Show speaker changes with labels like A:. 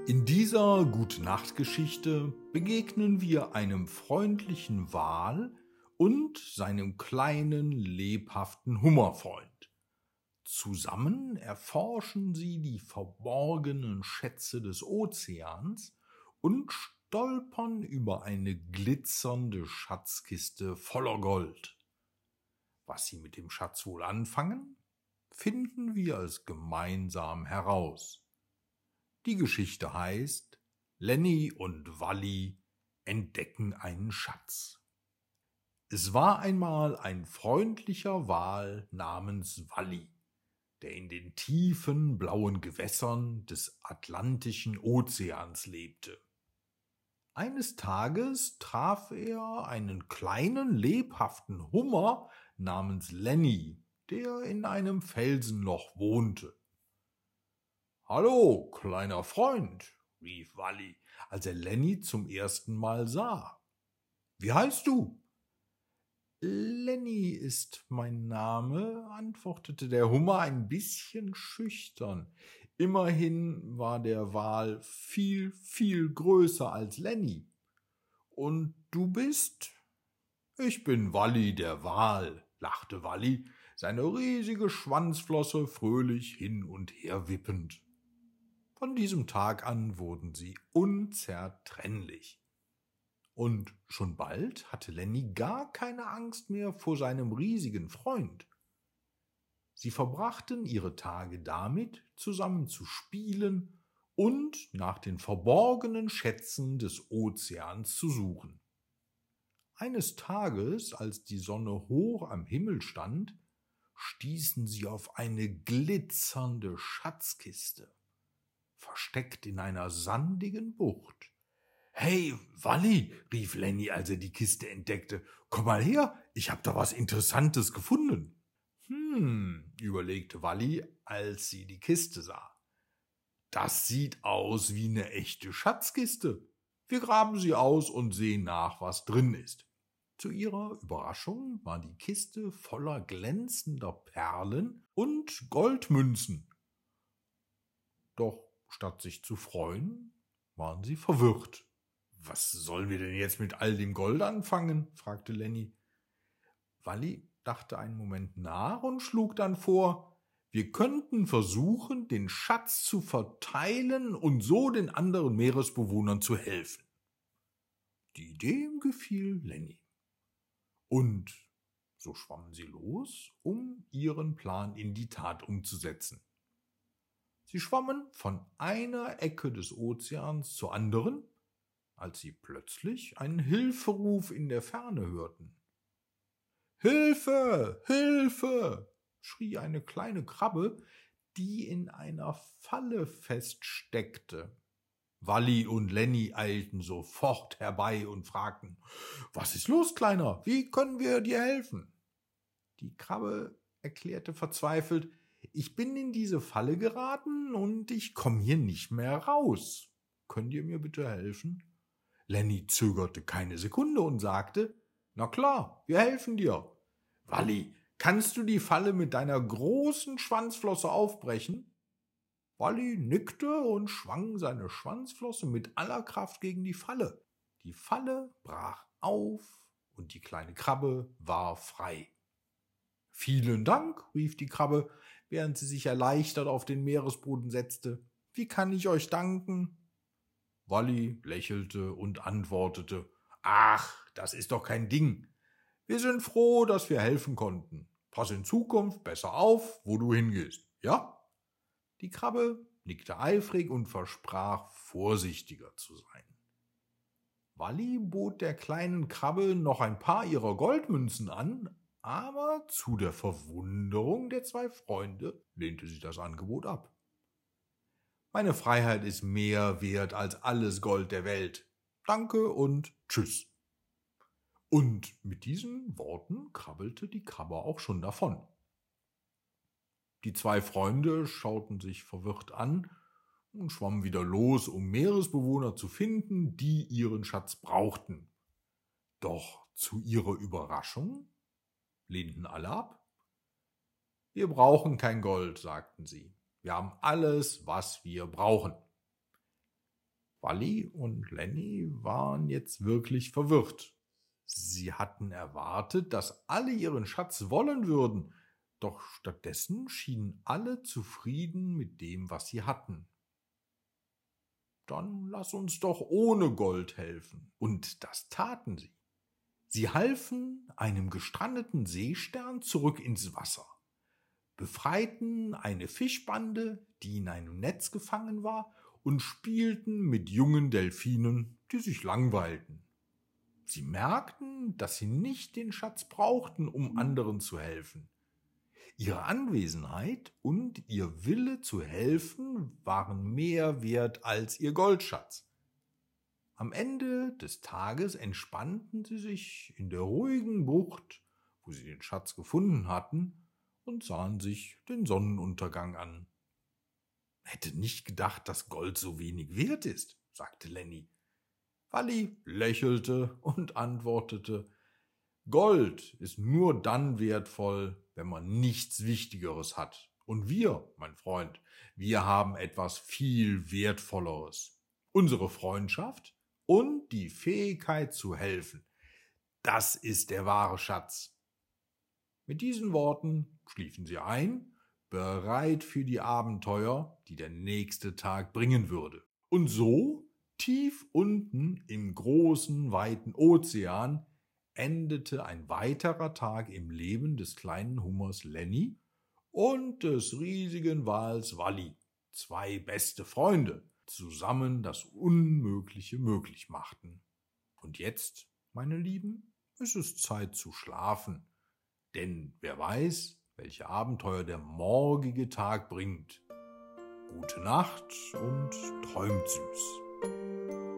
A: In dieser Gute-Nacht-Geschichte begegnen wir einem freundlichen Wal und seinem kleinen, lebhaften Hummerfreund. Zusammen erforschen sie die verborgenen Schätze des Ozeans und stolpern über eine glitzernde Schatzkiste voller Gold. Was sie mit dem Schatz wohl anfangen, finden wir es gemeinsam heraus. Die Geschichte heißt Lenny und Walli entdecken einen Schatz. Es war einmal ein freundlicher Wal namens Walli, der in den tiefen blauen Gewässern des Atlantischen Ozeans lebte. Eines Tages traf er einen kleinen, lebhaften Hummer namens Lenny, der in einem Felsenloch wohnte. »Hallo, kleiner Freund«, rief Walli, als er Lenny zum ersten Mal sah. »Wie heißt du?« »Lenny ist mein Name«, antwortete der Hummer ein bisschen schüchtern. Immerhin war der Wal viel, viel größer als Lenny. »Und du bist?« »Ich bin Walli der Wal«, lachte Walli, seine riesige Schwanzflosse fröhlich hin und her wippend. Von diesem Tag an wurden sie unzertrennlich. Und schon bald hatte Lenny gar keine Angst mehr vor seinem riesigen Freund. Sie verbrachten ihre Tage damit, zusammen zu spielen und nach den verborgenen Schätzen des Ozeans zu suchen. Eines Tages, als die Sonne hoch am Himmel stand, stießen sie auf eine glitzernde Schatzkiste, versteckt in einer sandigen Bucht. »Hey, Walli«, rief Lenny, als er die Kiste entdeckte, »komm mal her, ich hab da was Interessantes gefunden.« überlegte Walli, als sie die Kiste sah. »Das sieht aus wie eine echte Schatzkiste. Wir graben sie aus und sehen nach, was drin ist.« Zu ihrer Überraschung war die Kiste voller glänzender Perlen und Goldmünzen. Doch statt sich zu freuen, waren sie verwirrt. »Was sollen wir denn jetzt mit all dem Gold anfangen?« fragte Lenny. Walli dachte einen Moment nach und schlug dann vor, wir könnten versuchen, den Schatz zu verteilen und so den anderen Meeresbewohnern zu helfen. Die Idee gefiel Lenny. Und so schwammen sie los, um ihren Plan in die Tat umzusetzen. Sie schwammen von einer Ecke des Ozeans zur anderen, als sie plötzlich einen Hilferuf in der Ferne hörten. »Hilfe! Hilfe!« schrie eine kleine Krabbe, die in einer Falle feststeckte. Walli und Lenny eilten sofort herbei und fragten, »Was ist los, Kleiner? Wie können wir dir helfen?« Die Krabbe erklärte verzweifelt, »Ich bin in diese Falle geraten und ich komme hier nicht mehr raus. Könnt ihr mir bitte helfen?« Lenny zögerte keine Sekunde und sagte, »Na klar, wir helfen dir. Walli, kannst du die Falle mit deiner großen Schwanzflosse aufbrechen?« Walli nickte und schwang seine Schwanzflosse mit aller Kraft gegen die Falle. Die Falle brach auf und die kleine Krabbe war frei. »Vielen Dank«, rief die Krabbe, während sie sich erleichtert auf den Meeresboden setzte. »Wie kann ich euch danken?« Walli lächelte und antwortete, »Ach, das ist doch kein Ding. Wir sind froh, dass wir helfen konnten. Pass in Zukunft besser auf, wo du hingehst, ja?« Die Krabbe nickte eifrig und versprach, vorsichtiger zu sein. Walli bot der kleinen Krabbe noch ein paar ihrer Goldmünzen an, aber zu der Verwunderung der zwei Freunde lehnte sie das Angebot ab. »Meine Freiheit ist mehr wert als alles Gold der Welt. Danke und tschüss.« Und mit diesen Worten krabbelte die Krabbe auch schon davon. Die zwei Freunde schauten sich verwirrt an und schwammen wieder los, um Meeresbewohner zu finden, die ihren Schatz brauchten. Doch zu ihrer Überraschung lehnten alle ab. »Wir brauchen kein Gold«, sagten sie. »Wir haben alles, was wir brauchen.« Walli und Lenny waren jetzt wirklich verwirrt. Sie hatten erwartet, dass alle ihren Schatz wollen würden, doch stattdessen schienen alle zufrieden mit dem, was sie hatten. Dann lass uns doch ohne Gold helfen. Und das taten sie. Sie halfen einem gestrandeten Seestern zurück ins Wasser, befreiten eine Fischbande, die in einem Netz gefangen war, und spielten mit jungen Delfinen, die sich langweilten. Sie merkten, dass sie nicht den Schatz brauchten, um anderen zu helfen. Ihre Anwesenheit und ihr Wille zu helfen waren mehr wert als ihr Goldschatz. Am Ende des Tages entspannten sie sich in der ruhigen Bucht, wo sie den Schatz gefunden hatten, und sahen sich den Sonnenuntergang an. »Hätte nicht gedacht, dass Gold so wenig wert ist«, sagte Lenny. Walli lächelte und antwortete, »Gold ist nur dann wertvoll, wenn man nichts Wichtigeres hat. Und wir, mein Freund, wir haben etwas viel Wertvolleres. Unsere Freundschaft und die Fähigkeit zu helfen. Das ist der wahre Schatz.« Mit diesen Worten schliefen sie ein, bereit für die Abenteuer, die der nächste Tag bringen würde. Und so, tief unten im großen, weiten Ozean, endete ein weiterer Tag im Leben des kleinen Hummers Lenny und des riesigen Wals Walli, zwei beste Freunde, zusammen das Unmögliche möglich machten. Und jetzt, meine Lieben, ist es Zeit zu schlafen, denn wer weiß, welche Abenteuer der morgige Tag bringt. Gute Nacht und träumt süß.